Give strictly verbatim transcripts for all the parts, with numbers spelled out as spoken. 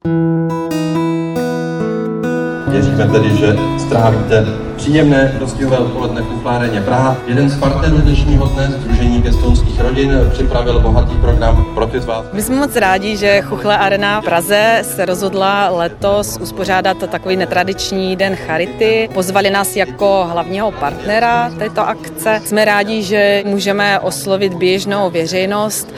Věříme tedy, že strávíte příjemné dostihové odpoledne v Kuchláreně Praha. Jeden z partnerů dnešního dne, Sdružení pěstounských rodin, připravil bohatý program pro ty z vás. My jsme moc rádi, že Chuchle Arena v Praze se rozhodla letos uspořádat takový netradiční den charity. Pozvali nás jako hlavního partnera této akce. Jsme rádi, že můžeme oslovit běžnou veřejnost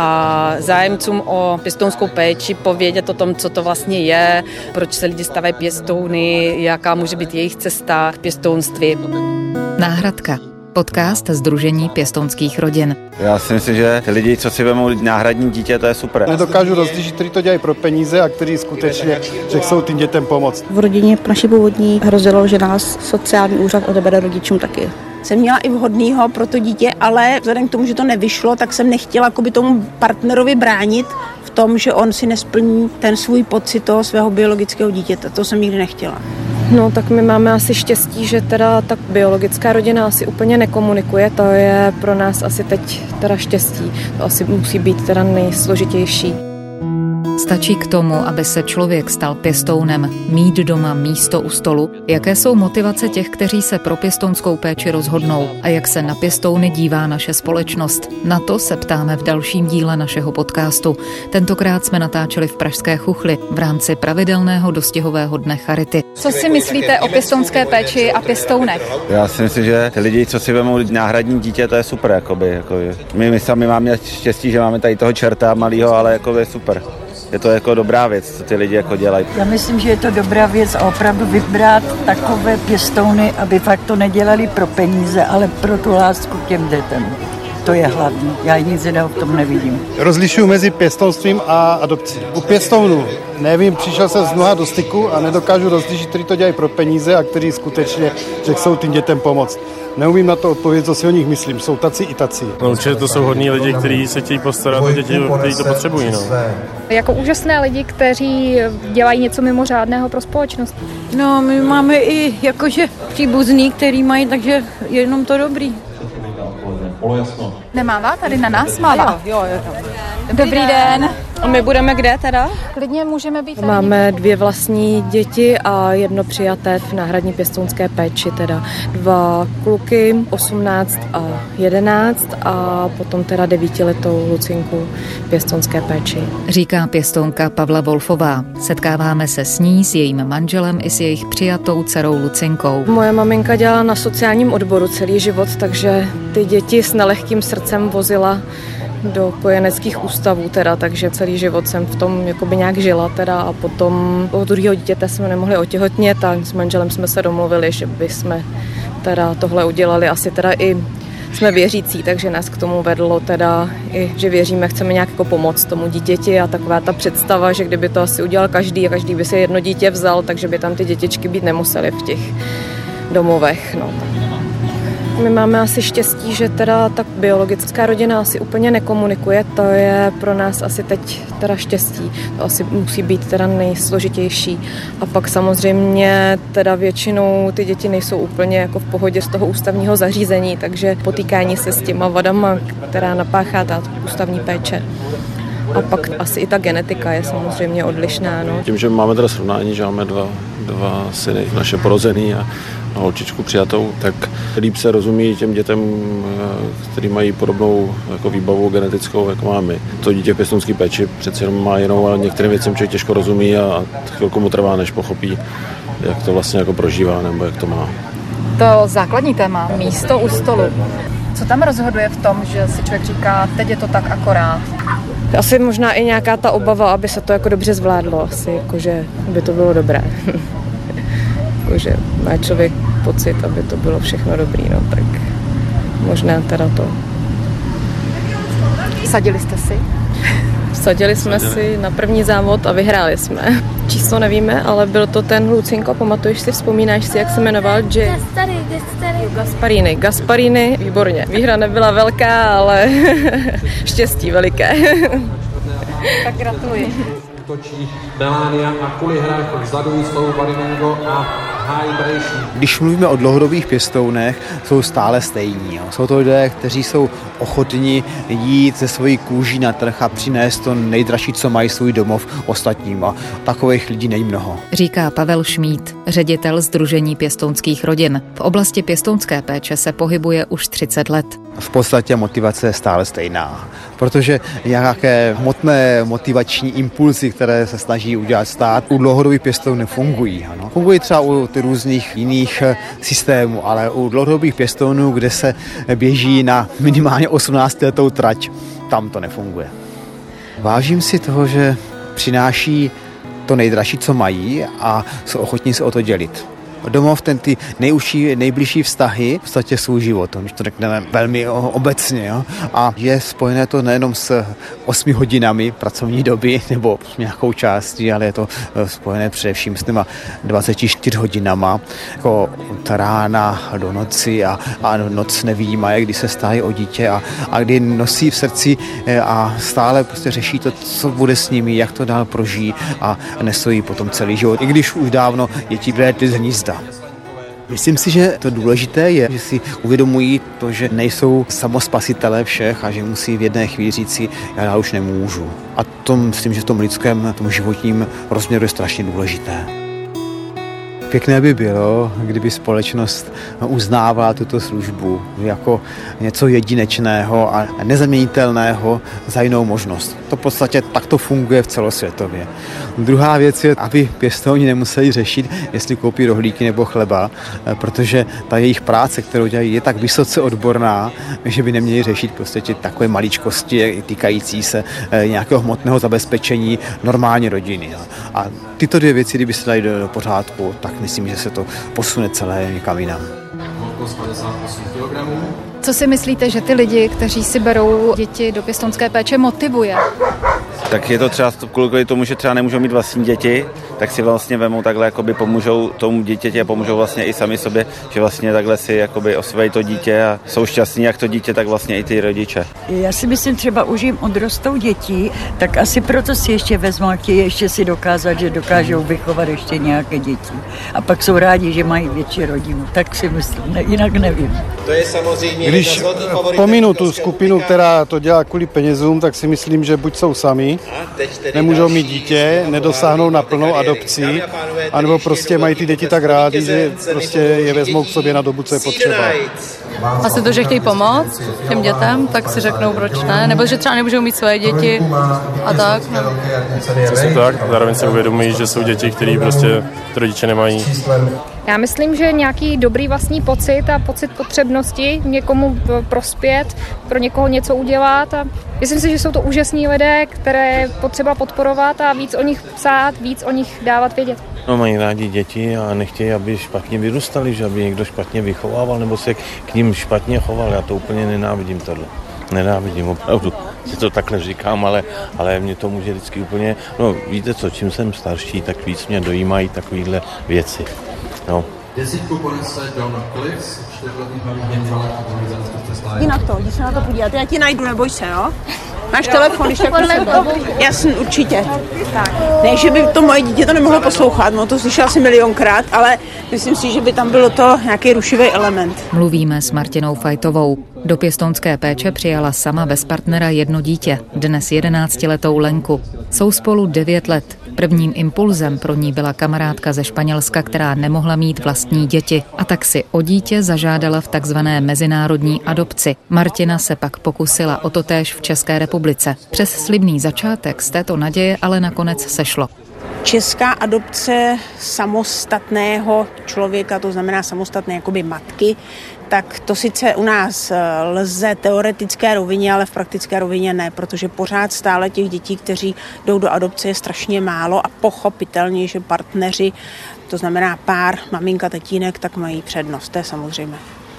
a zájemcům o pěstounskou péči povědět o tom, co to vlastně je, proč se lidi stávají pěstouny, jaká může být jejich cesta k pěstounství. Náhradka. Podcast Sdružení pěstounských rodin. Já si myslím, že ty lidi, co si vemou náhradní dítě, to je super. Nedokážu rozlišit, kteří to dělají pro peníze a kteří skutečně, že chcou tím dětem pomoct. V rodině naší původní hrozilo, že nás sociální úřad odebere rodičům taky. Jsem měla i vhodného pro to dítě, ale vzhledem k tomu, že to nevyšlo, tak jsem nechtěla jakoby tomu partnerovi bránit v tom, že on si nesplní ten svůj pocit toho svého biologického dítěte. To jsem nikdy nechtěla. No tak my máme asi štěstí, že teda ta biologická rodina asi úplně nekomunikuje, to je pro nás asi teď teda štěstí, to asi musí být teda nejsložitější. Stačí k tomu, aby se člověk stal pěstounem, mít doma místo u stolu? Jaké jsou motivace těch, kteří se pro pěstounskou péči rozhodnou a jak se na pěstouny dívá naše společnost? Na to se ptáme v dalším díle našeho podcastu. Tentokrát jsme natáčeli v pražské Chuchli v rámci pravidelného dostihového dne charity. Co si myslíte o pěstounské péči a pěstounech? Já si myslím, že ty lidi, co si vemou náhradní dítě, to je super. Jakoby, jakoby. My, my sami máme štěstí, že máme tady toho čerta malýho, ale jakoby super. Je to jako dobrá věc, co ty lidi jako dělají. Já myslím, že je to dobrá věc a opravdu vybrat takové pěstouny, aby fakt to nedělali pro peníze, ale pro tu lásku k těm dětem. To je hlavní. Já nic jiného v tom nevidím. Rozlišuju mezi pěstounstvím a adopcí. U pěstounů nevím, přišel jsem z mnoha do styku a nedokážu rozlišit, kteří to dělají pro peníze a kteří skutečně, že chcou tím dětem pomoct. Neumím na to odpovědět, co si o nich myslím. Jsou tací i tací. No, určitě to jsou hodní lidi, kteří se chtějí postarat o děti, kteří to potřebují. No. Jako úžasné lidi, kteří dělají něco mimořádného pro společnost. No, my máme i jakože příbuzný, který mají, takže jenom to dobrý. Nemává tady na nás? Mává. Jo, jo, jo. Dobrý den. A my budeme kde teda? Klidně můžeme být. Máme dvě vlastní děti a jedno přijaté v náhradní pěstounské péči, teda dva kluky, osmnáct a jedenáct a potom teda devítiletou Lucinku v pěstounské péči. Říká pěstounka Pavla Wolfová. Setkáváme se s ní, s jejím manželem i s jejich přijatou dcerou Lucinkou. Moje maminka dělala na sociálním odboru celý život, takže ty děti s nelehkým srdcem vozila do kojeneckých ústavů teda, takže celý život jsem v tom jakoby nějak žila teda a potom od druhého dítěte jsme nemohli otěhotnět a s manželem jsme se domluvili, že bychom teda tohle udělali asi teda i jsme věřící, takže nás k tomu vedlo teda i, že věříme, chceme nějak jako pomoct tomu dítěti a taková ta představa, že kdyby to asi udělal každý a každý by si jedno dítě vzal, takže by tam ty dětičky být nemusely v těch domovech, no. My máme asi štěstí, že teda ta biologická rodina asi úplně nekomunikuje, to je pro nás asi teď teda štěstí, to asi musí být teda nejsložitější. A pak samozřejmě teda většinou ty děti nejsou úplně jako v pohodě z toho ústavního zařízení, takže potýkání se s těma vadama, která napáchá ta ústavní péče. A pak asi i ta genetika je samozřejmě odlišná. No. Tím, že máme teda srovnání, že máme dva, dva syny, naše porozený a a holčičku přijatou, tak líp se rozumí těm dětem, který mají podobnou jako výbavu genetickou, jako máme. To dítě v pěstounské péči přece jenom má jinou a některým věcem člověk těžko rozumí a chvilku mu trvá, než pochopí, jak to vlastně jako prožívá nebo jak to má. To základní téma, místo u stolu. Co tam rozhoduje v tom, že si člověk říká, teď je to tak akorát? Asi možná i nějaká ta obava, aby se to jako dobře zvládlo, asi jakože by to bylo dobré. Jakože má člověk pocit, aby to bylo všechno dobrý, no tak možná teda to. Sadili jste si? Sadili jsme Sadili. si na první závod a vyhráli jsme. Číslo nevíme, ale byl to ten Lucinko, pamatuješ si, vzpomínáš si, jak se jmenoval? J- Gaspari, Gaspari. Gasparini, Gasparini, výborně. Výhra nebyla velká, ale štěstí veliké. Tak gratuluji. Točí Melania a Kuli hraje vzadu s tou Bariningo a Když mluvíme o dlouhodobých pěstounech, jsou stále stejní. Jo. Jsou to lidé, kteří jsou ochotní jít ze svojí kůží na trh a přinést to nejdražší, co mají, svůj domov ostatním. A takových lidí není mnoho. Říká Pavel Šmíd, ředitel Sdružení pěstounských rodin. V oblasti pěstounské péče se pohybuje už třicet let. V podstatě motivace je stále stejná, protože nějaké hmotné motivační impulzy, které se snaží udělat stát, u dlouhodobých pěstounů nefungují. Ano. Fungují třeba u ty různých jiných systémů, ale u dlouhodobých pěstounů, kde se běží na minimálně osmnáctiletou trať, tam to nefunguje. Vážím si toho, že přináší to nejdražší, co mají, a jsou ochotní se o to dělit. Domov, ten ty nejužší, nejbližší vztahy, v podstatě svůj život, když to řekneme velmi obecně. Jo? A je spojené to nejenom s osmi hodinami pracovní doby nebo s nějakou částí, ale je to spojené především s těma dvaceti čtyřmi hodinama, jako od rána do noci a, a noc nevyjímaje, kdy se starají o dítě a, a kdy nosí v srdci a stále prostě řeší to, co bude s nimi, jak to dál prožijí a nestojí potom celý život, i když už dávno děti vyletly z hnízda. Myslím si, že to důležité je, že si uvědomují to, že nejsou samospasitelé všech a že musí v jedné chvíli říci, já dál už nemůžu. A to myslím, že v tom lidském, tom životním rozměru je strašně důležité. Pěkné by bylo, kdyby společnost uznávala tuto službu jako něco jedinečného a nezaměnitelného za jinou možnost. To v podstatě takto funguje v celosvětově. Druhá věc je, aby pěstouni nemuseli řešit, jestli koupí rohlíky nebo chleba, protože ta jejich práce, kterou dělají, je tak vysoce odborná, že by neměli řešit prostě takové maličkosti týkající se nějakého hmotného zabezpečení normální rodiny. A tyto dvě věci, kdyby se daly do, do pořádku, tak myslím, že se to posune celé někam jinam. Co si myslíte, že ty lidi, kteří si berou děti do pěstounské péče, motivuje? Tak je to třeba kvůli tomu, že třeba nemůžou mít vlastní děti, tak si vlastně vemou takhle, jakoby pomůžou tomu dítěti a pomůžou vlastně i sami sobě, že vlastně takhle si jakoby osvojí to dítě a jsou šťastní jak to dítě, tak vlastně i ty rodiče. Já si myslím, třeba už jim odrostou děti, tak asi proto si ještě vezmou, chtějí ještě si dokázat, že dokážou vychovat ještě nějaké děti. A pak jsou rádi, že mají větší rodinu. Tak si myslím, ne, jinak nevím. To je samozřejmě. Když pominu tu skupinu, která to dělá kvůli penězům, tak si myslím, že buď jsou sami, nemůžou mít dítě, nedosáhnou na plnou adopci, anebo prostě mají ty děti tak rádi, že prostě je vezmou k sobě na dobu, co je potřeba. Asi to, že chtějí pomoct těm dětem, tak si řeknou, proč ne, nebo že třeba nemůžou mít svoje děti a tak. Přesně tak, zároveň se uvědomují, že jsou děti, které prostě rodiče nemají. Já myslím, že nějaký dobrý vlastní pocit a pocit potřebnosti někomu prospět, pro někoho něco udělat. A myslím si, že jsou to úžasní lidé, které je potřeba podporovat a víc o nich psát, víc o nich dávat vědět. No, mají rádi děti a nechtějí, aby špatně vyrůstali, že aby někdo špatně vychovával nebo se k ním špatně choval. Já to úplně nenávidím tohle. Nenávidím, opravdu. Si to takhle říkám, ale, ale mě to může vždycky úplně... No, víte co, čím jsem starší, tak víc mě dojímají takovýhle věci. No. Desítku ponese John Cliffs, čtyřletý pamětní invalid organizace Cesta. Jinak to, jdi se na to podívat. Já ti najdu, neboj se, jo? Máš telefon, když tak jasný, určitě. Tak. Ne, že by to moje dítě to nemohlo poslouchat, no to slyšela asi milionkrát, ale myslím si, že by tam bylo to nějaký rušivý element. Mluvíme s Martinou Fajtovou. Do pěstounské péče přijala sama bez partnera jedno dítě, dnes jedenáctiletou Lenku. Jsou spolu devět let. Prvním impulzem pro ní byla kamarádka ze Španělska, která nemohla mít vlastní děti, a tak si o dítě zažádala v takzvané mezinárodní adopci. Martina se pak pokusila o totéž v České republice. Přes slibný začátek z této naděje ale nakonec sešlo. Česká adopce samostatného člověka, to znamená samostatné jakoby matky, tak to sice u nás lze teoretické rovině, ale v praktické rovině ne, protože pořád stále těch dětí, kteří jdou do adopce, je strašně málo a pochopitelně, že partneři, to znamená pár, maminka, tatínek, tak mají přednost, to je samozřejmě.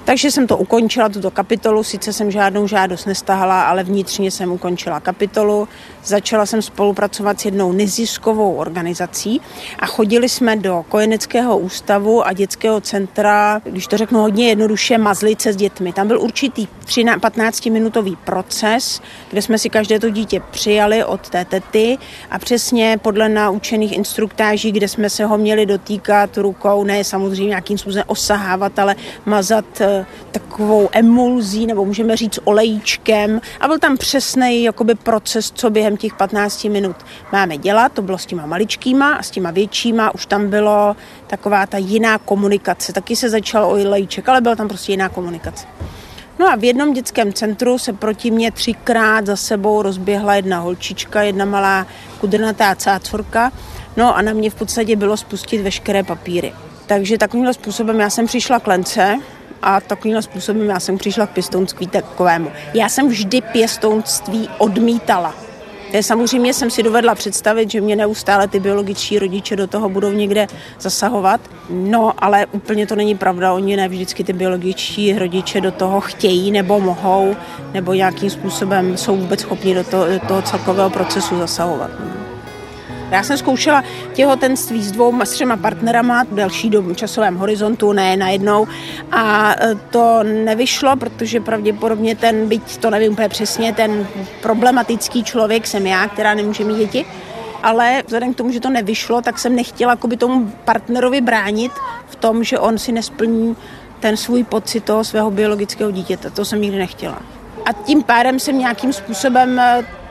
Takže jsem to ukončila, tuto kapitolu, sice jsem žádnou žádost nestahala, ale vnitřně jsem ukončila kapitolu. Začala jsem spolupracovat s jednou neziskovou organizací a chodili jsme do kojeneckého ústavu a dětského centra, když to řeknu hodně jednoduše, mazlice s dětmi. Tam byl určitý patnáctiminutový proces, kde jsme si každé to dítě přijali od té tety a přesně podle naučených instruktáží, kde jsme se ho měli dotýkat rukou, ne samozřejmě nějakým způsobem osahávat, ale mazat takovou emulzí, nebo můžeme říct olejíčkem. A byl tam přesný jakoby proces, co během těch patnácti minut máme dělat. To bylo s těma maličkýma a s těma většíma. Už tam bylo taková ta jiná komunikace. Taky se začal olejíček, ale byla tam prostě jiná komunikace. No a v jednom dětském centru se proti mně třikrát za sebou rozběhla jedna holčička, jedna malá kudrnatá cácorka. No a na mě v podstatě bylo spustit veškeré papíry. Takže takovýmhle způsobem já jsem přišla k Lence a takovýmhle způsobem já jsem přišla k pěstounství takovému. Já jsem vždy pěstounství odmítala. Já samozřejmě jsem si dovedla představit, že mě neustále ty biologičtí rodiče do toho budou někde zasahovat. No, ale úplně to není pravda. Oni ne vždycky ty biologičtí rodiče do toho chtějí nebo mohou, nebo nějakým způsobem jsou vůbec schopni do toho, do toho celkového procesu zasahovat. Já jsem zkoušela těhotenství s dvouma, s třema partnerama v delší dobu, časovém horizontu, ne najednou. A to nevyšlo, protože pravděpodobně ten, byť to nevím úplně přesně, ten problematický člověk jsem já, která nemůže mít děti. Ale vzhledem k tomu, že to nevyšlo, tak jsem nechtěla jakoby tomu partnerovi bránit v tom, že on si nesplní ten svůj pocit toho svého biologického dítěte. To jsem nikdy nechtěla. A tím pádem jsem nějakým způsobem,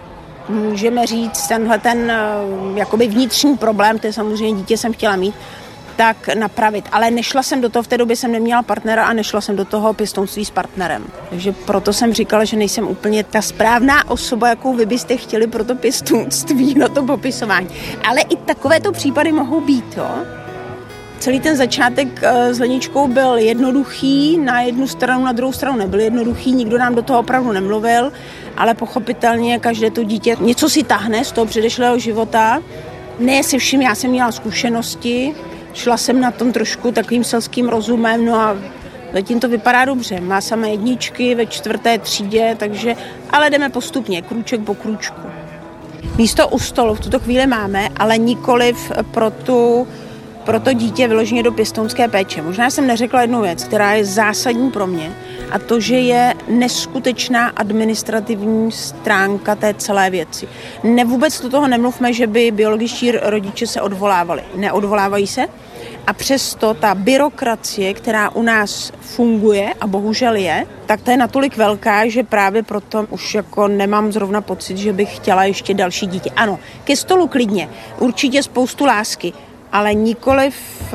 můžeme říct, tenhle ten jakoby vnitřní problém, to je samozřejmě dítě jsem chtěla mít, tak napravit. Ale nešla jsem do toho, v té době jsem neměla partnera a nešla jsem do toho pěstounství s partnerem. Takže proto jsem říkala, že nejsem úplně ta správná osoba, jakou vy byste chtěli pro to pěstounství, na to popisování. Ale i takovéto případy mohou být, jo. Celý ten začátek s Leničkou byl jednoduchý, na jednu stranu, na druhou stranu nebyl jednoduchý, nikdo nám do toho opravdu nemluvil, ale pochopitelně každé to dítě něco si tahne z toho předešlého života. Ne se vším, já jsem měla zkušenosti, šla jsem na tom trošku takovým selským rozumem, no a zatím to vypadá dobře. Má samé jedničky ve čtvrté třídě, takže, ale jdeme postupně, krůček po krůčku. Místo u stolu v tuto chvíli máme, ale nikoliv pro tu pro to dítě vyloženě do pěstounské péče. Možná jsem neřekla jednu věc, která je zásadní pro mě, a to, že je neskutečná administrativní stránka té celé věci. Ne, vůbec do toho nemluvme, že by biologičtí rodiče se odvolávali. Neodvolávají se a přesto ta byrokracie, která u nás funguje a bohužel je, tak ta je natolik velká, že právě proto už jako nemám zrovna pocit, že bych chtěla ještě další dítě. Ano, ke stolu klidně, určitě spoustu lásky, ale nikoliv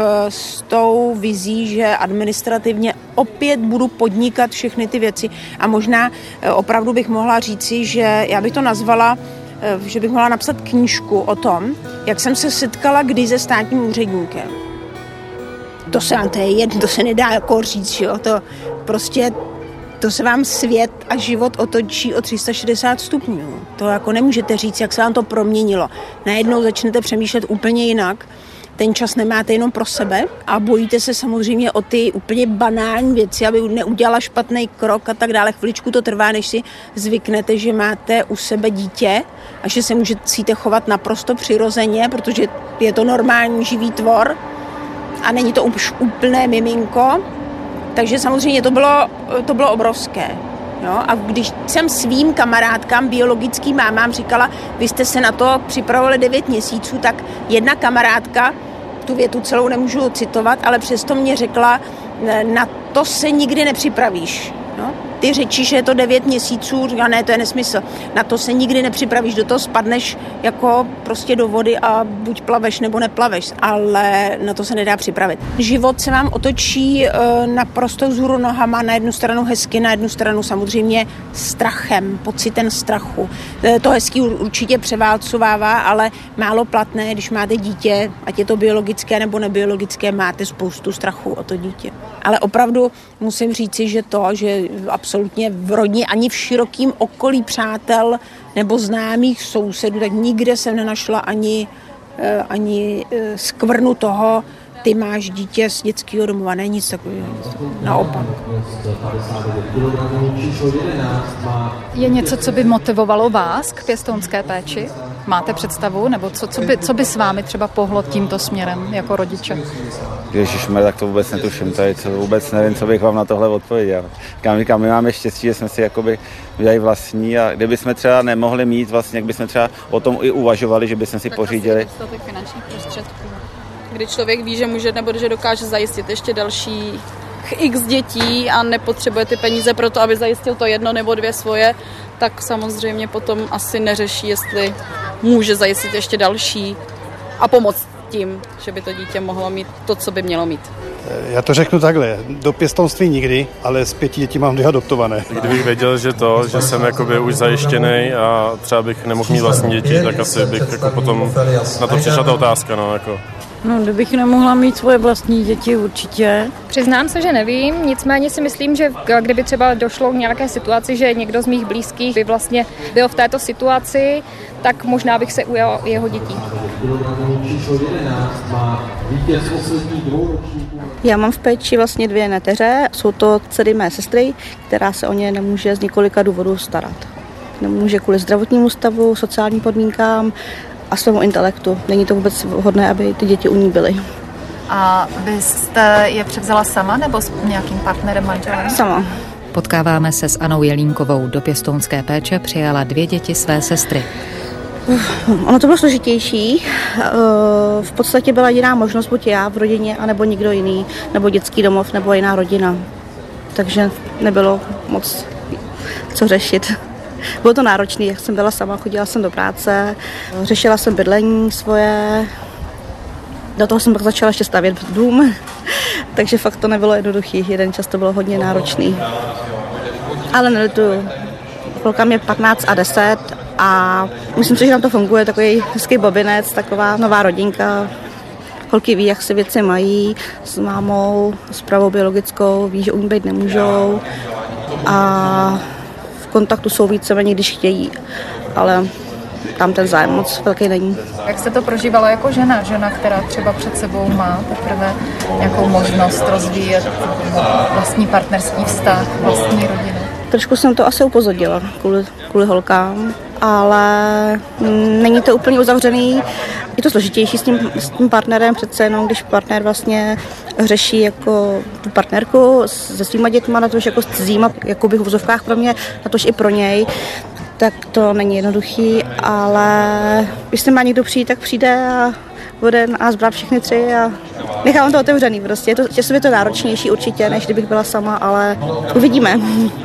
s tou vizí, že administrativně opět budu podnikat všechny ty věci. A možná opravdu bych mohla říci, že já bych to nazvala, že bych mohla napsat knížku o tom, jak jsem se setkala kdy se státním úředníkem. To se vám to je jedno, to se nedá jako říct, že jo, to prostě to se vám svět a život otočí o tři sta šedesát stupňů. To jako nemůžete říct, jak se vám to proměnilo. Najednou začnete přemýšlet úplně jinak. Ten čas nemáte jenom pro sebe a bojíte se samozřejmě o ty úplně banální věci, aby neudělala špatný krok a tak dále. Chviličku to trvá, než si zvyknete, že máte u sebe dítě a že se můžete chovat naprosto přirozeně, protože je to normální živý tvor a není to už úplné miminko. Takže samozřejmě to bylo, to bylo obrovské. Jo? A když jsem svým kamarádkám, biologickým mámám říkala, vy jste se na to připravovali devět měsíců, tak jedna kamarádka, tu větu celou nemůžu citovat, ale přesto mě řekla, na to se nikdy nepřipravíš. No? Ty řečíš, že je to devět měsíců, říká, ne, to je nesmysl. Na to se nikdy nepřipravíš, do toho spadneš jako prostě do vody a buď plaveš nebo neplaveš, ale na to se nedá připravit. Život se vám otočí e, naprosto vzhůru nohama, na jednu stranu hezky, na jednu stranu samozřejmě strachem, pocitem strachu. E, to hezky určitě převálcovává, ale málo platné, když máte dítě, ať je to biologické nebo nebiologické, máte spoustu strachu o to dítě. Ale opravdu musím říci, že to, že absolutně v rodině, ani v širokém okolí přátel nebo známých sousedů, tak nikde jsem nenašla ani, ani skvrnu toho, ty máš dítě z dětského domova, není nic takového. Naopak. Je něco, co by motivovalo vás k pěstounské péči? Máte představu? Nebo co, co, by, co by s vámi třeba pohlo tímto směrem jako rodiče? Ježišmar, tak to vůbec netuším, tady co, vůbec nevím, co bych vám na tohle odpověděl. Říkám, říkám, my máme štěstí, že jsme si jakoby udělali vlastní a kdybychom třeba nemohli mít vlastně, jak bychom třeba o tom i uvažovali, že bychom si tak pořídili. Tak finančních prostředků. Kdy člověk ví, že může nebo že dokáže zajistit ještě další x dětí a nepotřebuje ty peníze pro to, aby zajistil to jedno nebo dvě svoje, tak samozřejmě potom asi neřeší, jestli může zajistit ještě další a pomoct tím, že by to dítě mohlo mít to, co by mělo mít. Já to řeknu takhle, do pěstounství nikdy, ale z pěti dětí mám dvě adoptované. Kdybych věděl, že to, že jsem jakoby už zajištěný a třeba bych nemohl mít vlastní děti, tak asi bych jako potom na to přišla ta otázka. No, jako. No, kdybych nemohla mít svoje vlastní děti, určitě. Přiznám se, že nevím, nicméně si myslím, že kdyby třeba došlo k nějaké situaci, že někdo z mých blízkých by vlastně byl v této situaci, tak možná bych se ujal jeho dětí. Já mám v péči vlastně dvě neteře, jsou to dcery mé sestry, která se o ně nemůže z několika důvodů starat. Nemůže kvůli zdravotnímu stavu, sociálním podmínkám a svému intelektu. Není to vůbec vhodné, aby ty děti u ní byly. A vy jste je převzala sama nebo s nějakým partnerem, manželem? Sama. Potkáváme se s Anou Jelínkovou. Do pěstounské péče přijala dvě děti své sestry. Ono to bylo složitější. V podstatě byla jediná možnost, buď já v rodině, anebo někdo jiný, nebo dětský domov, nebo jiná rodina. Takže nebylo moc co řešit. Bylo to náročné, jak jsem byla sama, chodila jsem do práce, řešila jsem bydlení svoje, do toho jsem pak začala ještě stavět dům, takže fakt to nebylo jednoduchý, jeden čas to bylo hodně náročný. Ale nelituju, holkám je patnáct a deset a myslím si, že nám to funguje, takový hezký bobinec, taková nová rodinka. Holky ví, jak se věci mají s mámou, s pravou biologickou, ví, že u ní být nemůžou a kontaktu jsou víceméně, když chtějí, ale tam ten zájem moc velký není. Jak jste to prožívala jako žena? Žena, která třeba před sebou má teprve nějakou možnost rozvíjet vlastní partnerský vztah, vlastní rodinu? Trošku jsem to asi upozornila kvůli, kvůli holkám, ale není to úplně uzavřený. Je to složitější s tím, s tím partnerem, přece jenom, když partner vlastně řeší jako tu partnerku se svýma dětma, na to, že jako s cizíma, jakoby v uvozovkách pro mě, na tož i pro něj, tak to není jednoduchý, ale když se má někdo přijít, tak přijde a bude nás brát všechny tři a nechám to otevřený prostě. Je to, časově to náročnější určitě, než kdybych byla sama, ale uvidíme.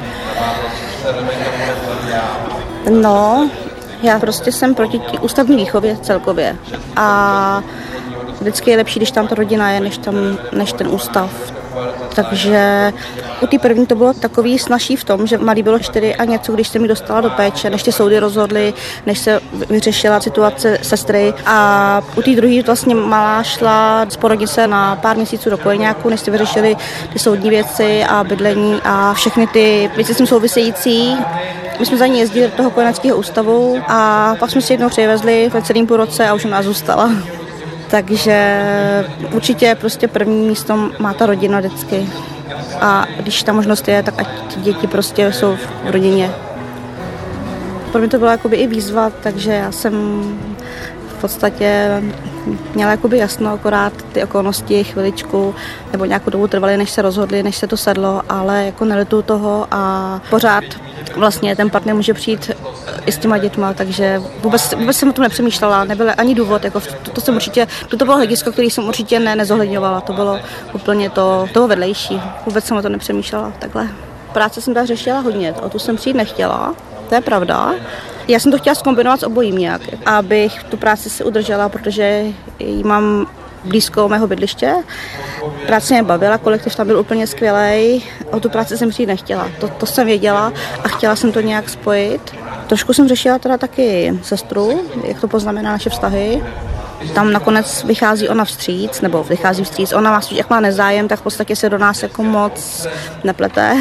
No, já prostě jsem proti ústavní výchově celkově a vždycky je lepší, když tam ta rodina je, než, tam, než ten ústav. Takže u té první to bylo takový snažší v tom, že malý bylo čtyři a něco, když se mi dostala do péče, než ty soudy rozhodly, než se vyřešila situace sestry. A u té druhé vlastně malá šla z porodnice na pár měsíců do kojeňáku, než se vyřešily ty soudní věci a bydlení a všechny ty věci s tím související. My jsme za ní jezdili do toho kojeneckého ústavu a pak jsme si jednou přivezli v celém půl roce a už u nás zůstala. Takže určitě prostě první místo má ta rodina vždycky. A když ta možnost je, tak ať děti prostě jsou v rodině. Pro mě to byla jakoby i výzva, takže já jsem v podstatě měla jakoby jasno, akorát ty okolnosti chviličku nebo nějakou dobu trvaly, než se rozhodli, než se to sedlo, ale jako nelituju toho a pořád vlastně ten partner může přijít i s těma dětma, takže vůbec, vůbec jsem o tom nepřemýšlela, nebyl ani důvod, jako to, to jsem určitě, to, to bylo hledisko, který jsem určitě ne, nezohledňovala, to bylo úplně to, toho vedlejší, vůbec jsem o tom nepřemýšlela takhle. Práce jsem tady řešila hodně, o tu jsem přijít nechtěla, to je pravda. Já jsem to chtěla zkombinovat s obojím nějak, abych tu práci si udržela, protože ji mám blízko mého bydliště. Práce mě bavila, kolektiv tam byl úplně skvělej, o tu práci jsem přijít nechtěla. To, to jsem věděla a chtěla jsem to nějak spojit. Trošku jsem řešila teda taky sestru, jak to poznamená naše vztahy. Tam nakonec vychází ona vstříc, nebo vychází vstříc. Ona má, jak má nezájem, tak v podstatě se do nás jako moc neplete.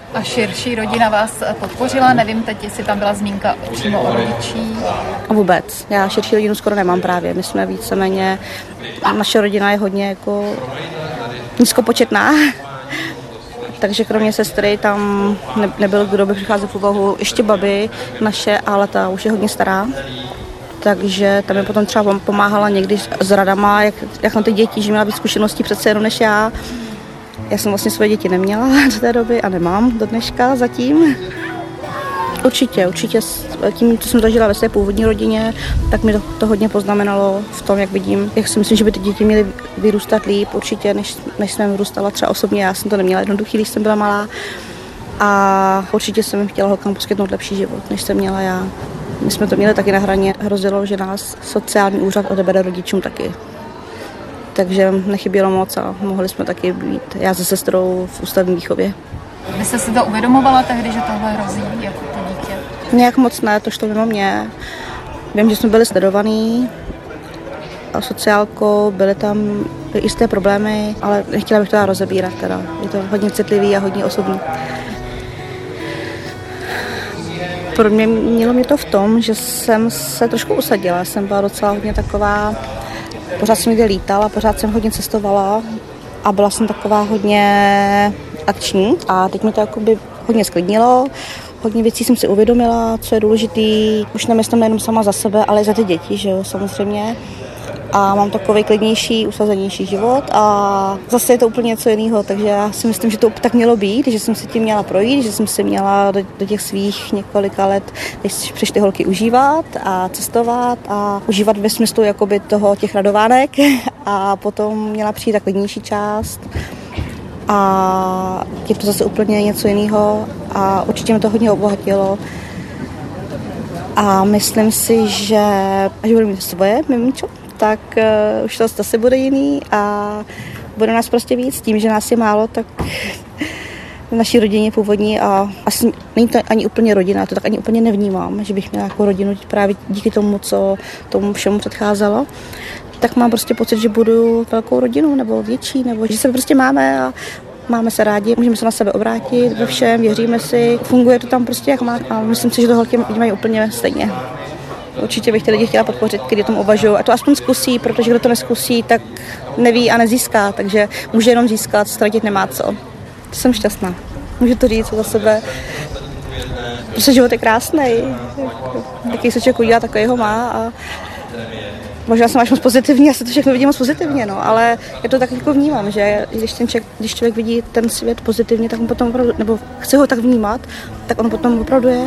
A širší rodina vás podpořila? Nevím teď, jestli tam byla zmínka přímo o rodičích. A vůbec. Já širší rodinu skoro nemám právě. My jsme víceméně, naše rodina je hodně jako nízkopočetná. Takže kromě sestry tam ne, nebyl, kdo by přicházel v úvahu. Ještě babi naše, ale ta už je hodně stará. Takže tam mi potom třeba pomáhala někdy s radama, jak, jak na ty děti, že měla víc zkušeností přece jenom než já. Já jsem vlastně svoje děti neměla do té doby a nemám do dneška zatím. Určitě, určitě tím, co jsem zažila ve své původní rodině, tak mi to, to hodně poznamenalo v tom, jak vidím, jak si myslím, že by ty děti měly vyrůstat líp, určitě, než, než jsem vyrůstala třeba osobně. Já jsem to neměla jednoduchý, když jsem byla malá. A určitě jsem jim chtěla holkám poskytnout lepší život, než jsem měla já. My jsme to měli taky na hraně. Hrozilo, že nás sociální úřad odebere rodičům taky. Takže nechybělo moc a mohli jsme taky být já se sestrou v ústavní výchově. Vy jste si to uvědomovala tehdy, že tohle hrozí jako to dítě? Nějak moc ne, to šlo mimo mě. Vím, že jsme byli sledovaní a sociálkou, byly tam jisté problémy, ale nechtěla bych to rozebírat. Teda. Je to hodně citlivý a hodně osobní. Pro mě mělo mě to v tom, že jsem se trošku usadila. Jsem byla docela hodně taková, pořád jsem někde lítala, pořád jsem hodně cestovala a byla jsem taková hodně akční a teď mi to jakoby hodně sklidnilo. Hodně věcí jsem si uvědomila, co je důležitý. Už nemyslím jenom sama za sebe, ale i za ty děti, že jo, samozřejmě. A mám takový klidnější, usazenější život a zase je to úplně něco jiného, takže já si myslím, že to tak mělo být, že jsem si tím měla projít, že jsem si měla do, do těch svých několika let, když přišly holky, užívat a cestovat a užívat ve smyslu jakoby toho těch radovánek a potom měla přijít ta klidnější část a je to zase úplně něco jiného a určitě mě to hodně obohatilo. A myslím si, že až budu mít svoje miminčo, tak uh, už to zase bude jiný a bude nás prostě víc. Tím, že nás je málo, tak v naší rodině původní a asi není to ani úplně rodina, to tak ani úplně nevnímám, že bych měla jako rodinu právě díky tomu, co tomu všemu předcházelo. Tak mám prostě pocit, že budu velkou rodinou nebo větší, nebo že se prostě máme a máme se rádi, můžeme se na sebe obrátit ve všem, věříme si, funguje to tam prostě jak má a myslím si, že to holky mají úplně stejně. Určitě bych ty lidi chtěla podpořit, když o tom uvažují. A to aspoň zkusí, protože kdo to neskusí, tak neví a nezíská. Takže může jenom získat, ztratit nemá co. Jsem šťastná. Můžu to říct za sebe. Prostě život je krásný. Jaký se člověk udělá, takový ho má. A možná jsem až moc pozitivní, já se to všechno vidím moc pozitivně, no, ale já to tak jako vnímám, že když, ten člověk, když člověk vidí ten svět pozitivně, tak on potom opravdu, nebo chce ho tak vnímat, tak on potom opravdu je.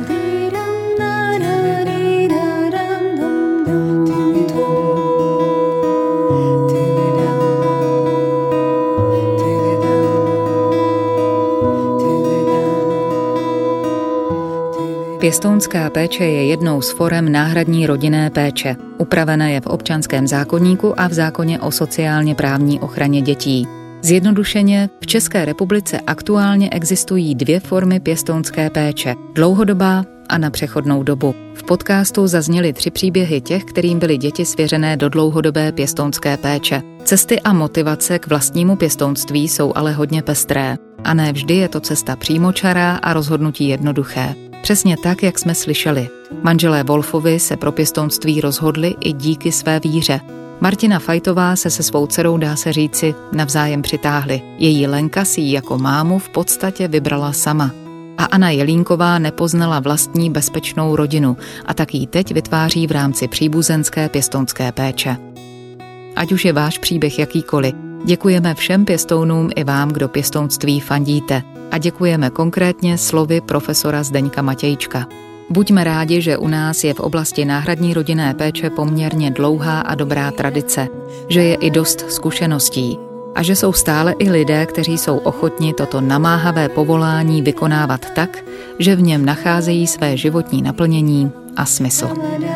Pěstounská péče je jednou z forem náhradní rodinné péče. Upravené je v občanském zákoníku a v zákoně o sociálně právní ochraně dětí. Zjednodušeně, v České republice aktuálně existují dvě formy pěstounské péče. Dlouhodobá a na přechodnou dobu. V podcastu zazněly tři příběhy těch, kterým byly děti svěřené do dlouhodobé pěstounské péče. Cesty a motivace k vlastnímu pěstounství jsou ale hodně pestré. A ne vždy je to cesta přímočará a rozhodnutí jednoduché. Přesně tak, jak jsme slyšeli. Manželé Wolfovi se pro pěstounství rozhodli i díky své víře. Martina Fajtová se se svou dcerou, dá se říci, navzájem přitáhli. Její Lenka si ji jako mámu v podstatě vybrala sama. A Anna Jelínková nepoznala vlastní bezpečnou rodinu a tak ji teď vytváří v rámci příbuzenské pěstounské péče. Ať už je váš příběh jakýkoliv, děkujeme všem pěstounům i vám, kdo pěstounství fandíte. A děkujeme konkrétně slovy profesora Zdeňka Matějčka. Buďme rádi, že u nás je v oblasti náhradní rodinné péče poměrně dlouhá a dobrá tradice, že je i dost zkušeností a že jsou stále i lidé, kteří jsou ochotni toto namáhavé povolání vykonávat tak, že v něm nacházejí své životní naplnění a smysl.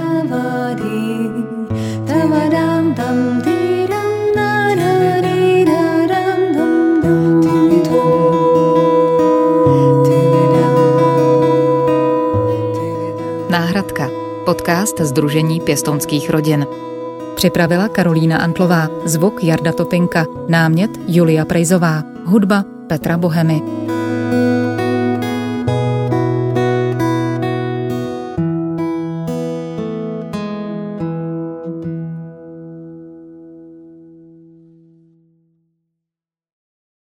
Náhradka. Podcast Sdružení pěstounských rodin. Připravila Karolína Antlová, zvuk Jarda Topinka, námět Julia Prejzová, hudba Petra Bohemy.